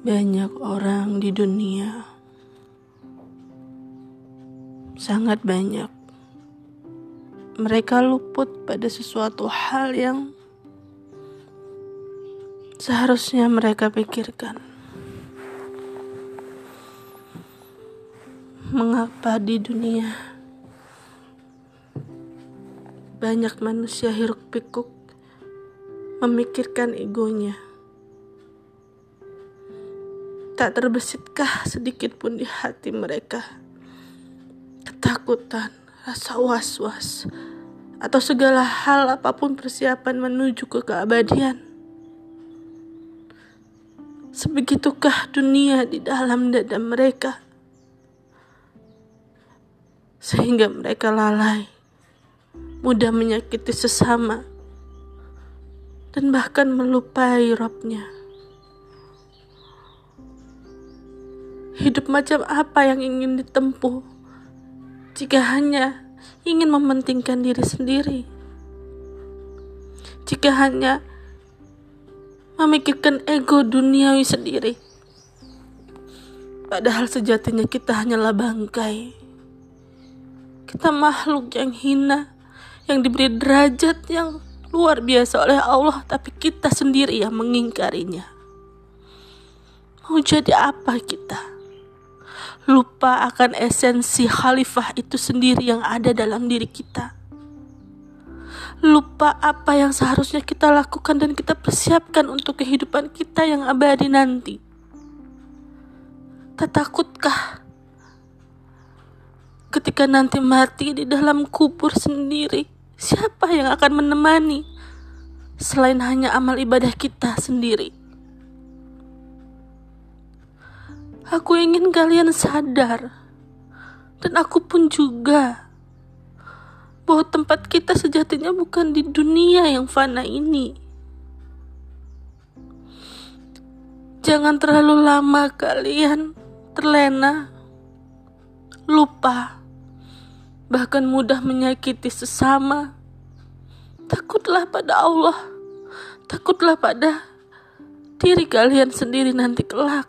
Banyak orang di dunia, sangat banyak. Mereka luput pada sesuatu hal yang seharusnya mereka pikirkan. Mengapa di dunia banyak manusia hiruk pikuk memikirkan egonya? Tak terbesitkah sedikit pun di hati mereka ketakutan, rasa was-was, atau segala hal apapun persiapan menuju ke keabadian? Sebegitukah dunia di dalam dada mereka, sehingga mereka lalai, mudah menyakiti sesama, dan bahkan melupai Rabb-Nya. Hidup macam apa yang ingin ditempuh jika hanya ingin mementingkan diri sendiri? Jika hanya memikirkan ego duniawi sendiri? Padahal sejatinya kita hanyalah bangkai. Kita makhluk yang hina, yang diberi derajat yang luar biasa oleh Allah, tapi kita sendiri yang mengingkarinya. Mau jadi apa kita? Lupa akan esensi khalifah itu sendiri yang ada dalam diri kita. Lupa apa yang seharusnya kita lakukan dan kita persiapkan untuk kehidupan kita yang abadi nanti. Tak takutkah ketika nanti mati di dalam kubur sendiri, siapa yang akan menemani selain hanya amal ibadah kita sendiri? Aku ingin kalian sadar, dan aku pun juga, bahwa tempat kita sejatinya bukan di dunia yang fana ini. Jangan terlalu lama kalian terlena, lupa, bahkan mudah menyakiti sesama. Takutlah pada Allah, takutlah pada diri kalian sendiri nanti kelak.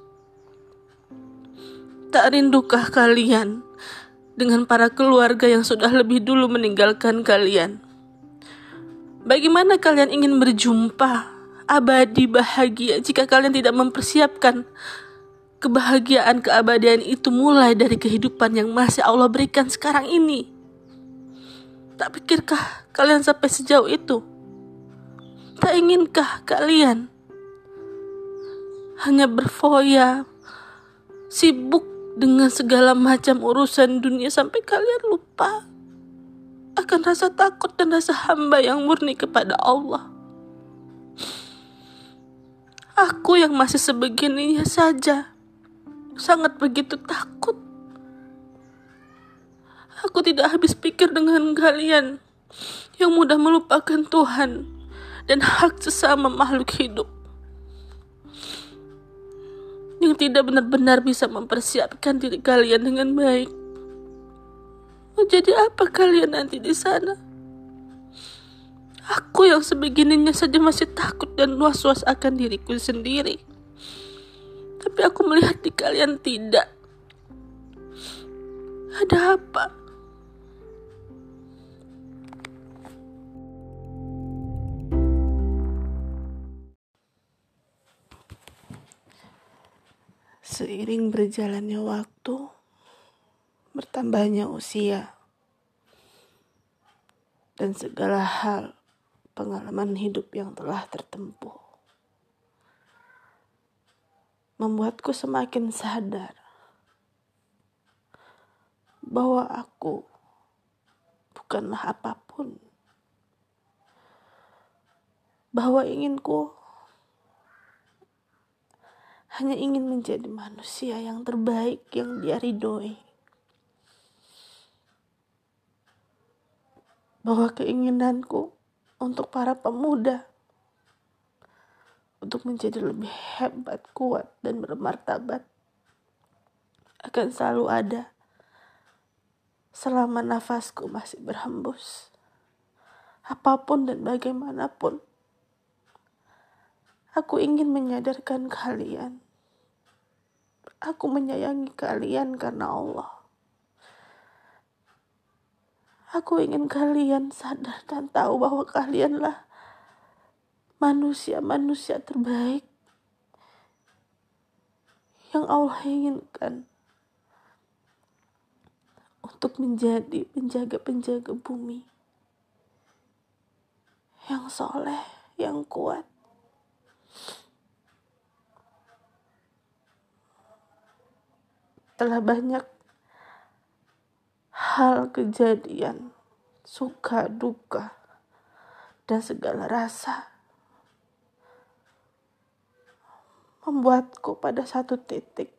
Tak rindukah kalian dengan para keluarga yang sudah lebih dulu meninggalkan kalian? Bagaimana kalian ingin berjumpa abadi bahagia jika kalian tidak mempersiapkan kebahagiaan keabadian itu mulai dari kehidupan yang masih Allah berikan sekarang ini? Tak pikirkah kalian sampai sejauh itu? Tak inginkah kalian hanya berfoya, sibuk dengan segala macam urusan dunia sampai kalian lupa akan rasa takut dan rasa hamba yang murni kepada Allah? Aku yang masih sebegininya saja sangat begitu takut. Aku tidak habis pikir dengan kalian yang mudah melupakan Tuhan dan hak sesama makhluk hidup, yang tidak benar-benar bisa mempersiapkan diri kalian dengan baik. Mau jadi apa kalian nanti di sana? Aku yang sebegininya saja masih takut dan was-was akan diriku sendiri, tapi aku melihat di kalian tidak. Ada apa? Seiring berjalannya waktu, bertambahnya usia, dan segala hal pengalaman hidup yang telah tertempuh, membuatku semakin sadar bahwa aku bukanlah apapun, bahwa hanya ingin menjadi manusia yang terbaik yang dia ridhoi. Bahwa keinginanku untuk para pemuda untuk menjadi lebih hebat, kuat, dan bermartabat akan selalu ada selama nafasku masih berhembus. Apapun dan bagaimanapun, aku ingin menyadarkan kalian Aku menyayangi kalian karena Allah. Aku ingin kalian sadar dan tahu bahwa kalianlah manusia-manusia terbaik yang Allah inginkan untuk menjadi penjaga-penjaga bumi yang soleh, yang kuat. Telah banyak hal kejadian, suka, duka, dan segala rasa membuatku pada satu titik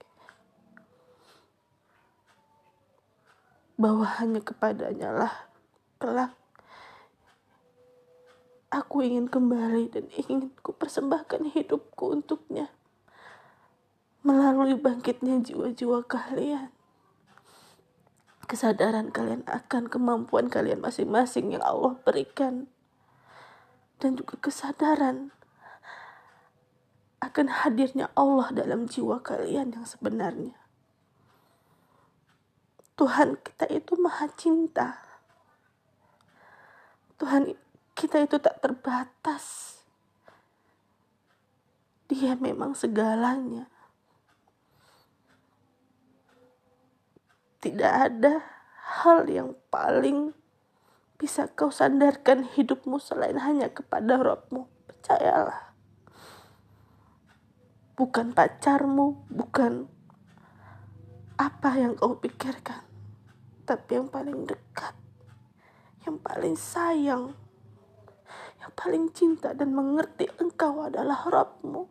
bahwa hanya kepadanya lah kelak aku ingin kembali dan ingin ku persembahkan hidupku untuknya melalui bangkitnya jiwa-jiwa kalian. Kesadaran kalian akan kemampuan kalian masing-masing yang Allah berikan. Dan juga kesadaran akan hadirnya Allah dalam jiwa kalian yang sebenarnya. Tuhan kita itu maha cinta. Tuhan kita itu tak terbatas. Dia memang segalanya. Tidak ada hal yang paling bisa kau sandarkan hidupmu selain hanya kepada Rabb-mu. Percayalah. Bukan pacarmu, bukan apa yang kau pikirkan, tapi yang paling dekat, yang paling sayang, yang paling cinta dan mengerti engkau adalah Rabb-mu.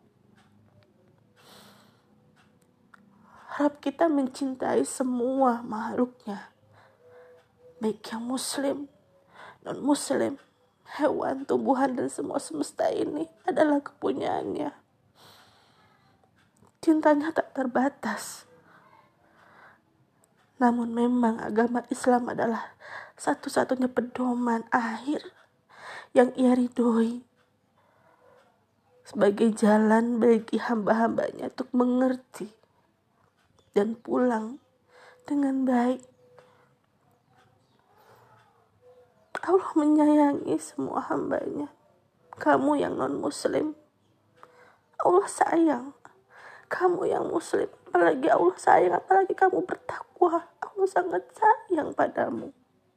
Rabb kita mencintai semua makhluknya, baik yang muslim, non-muslim, hewan, tumbuhan, dan semua semesta ini adalah kepunyaannya. Cintanya tak terbatas. Namun memang agama Islam adalah satu-satunya pedoman akhir yang ia ridhoi sebagai jalan bagi hamba-hambanya untuk mengerti dan pulang dengan baik. Allah menyayangi semua hambanya. Kamu yang non-muslim, Allah sayang. Kamu yang muslim, apalagi Allah sayang, apalagi kamu bertakwa, Allah sangat sayang padamu.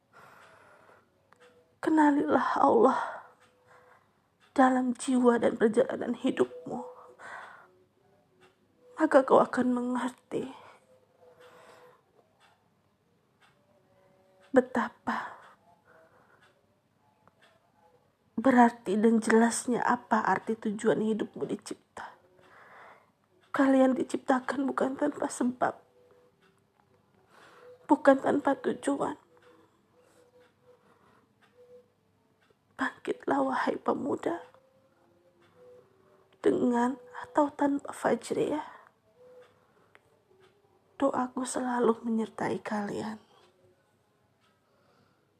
Kenalilah Allah dalam jiwa dan perjalanan hidupmu. Maka kau akan mengerti betapa berarti dan jelasnya apa arti tujuan hidupmu dicipta. Kalian diciptakan bukan tanpa sebab, bukan tanpa tujuan. Bangkitlah wahai pemuda, dengan atau tanpa fajriyah. Doaku selalu menyertai kalian.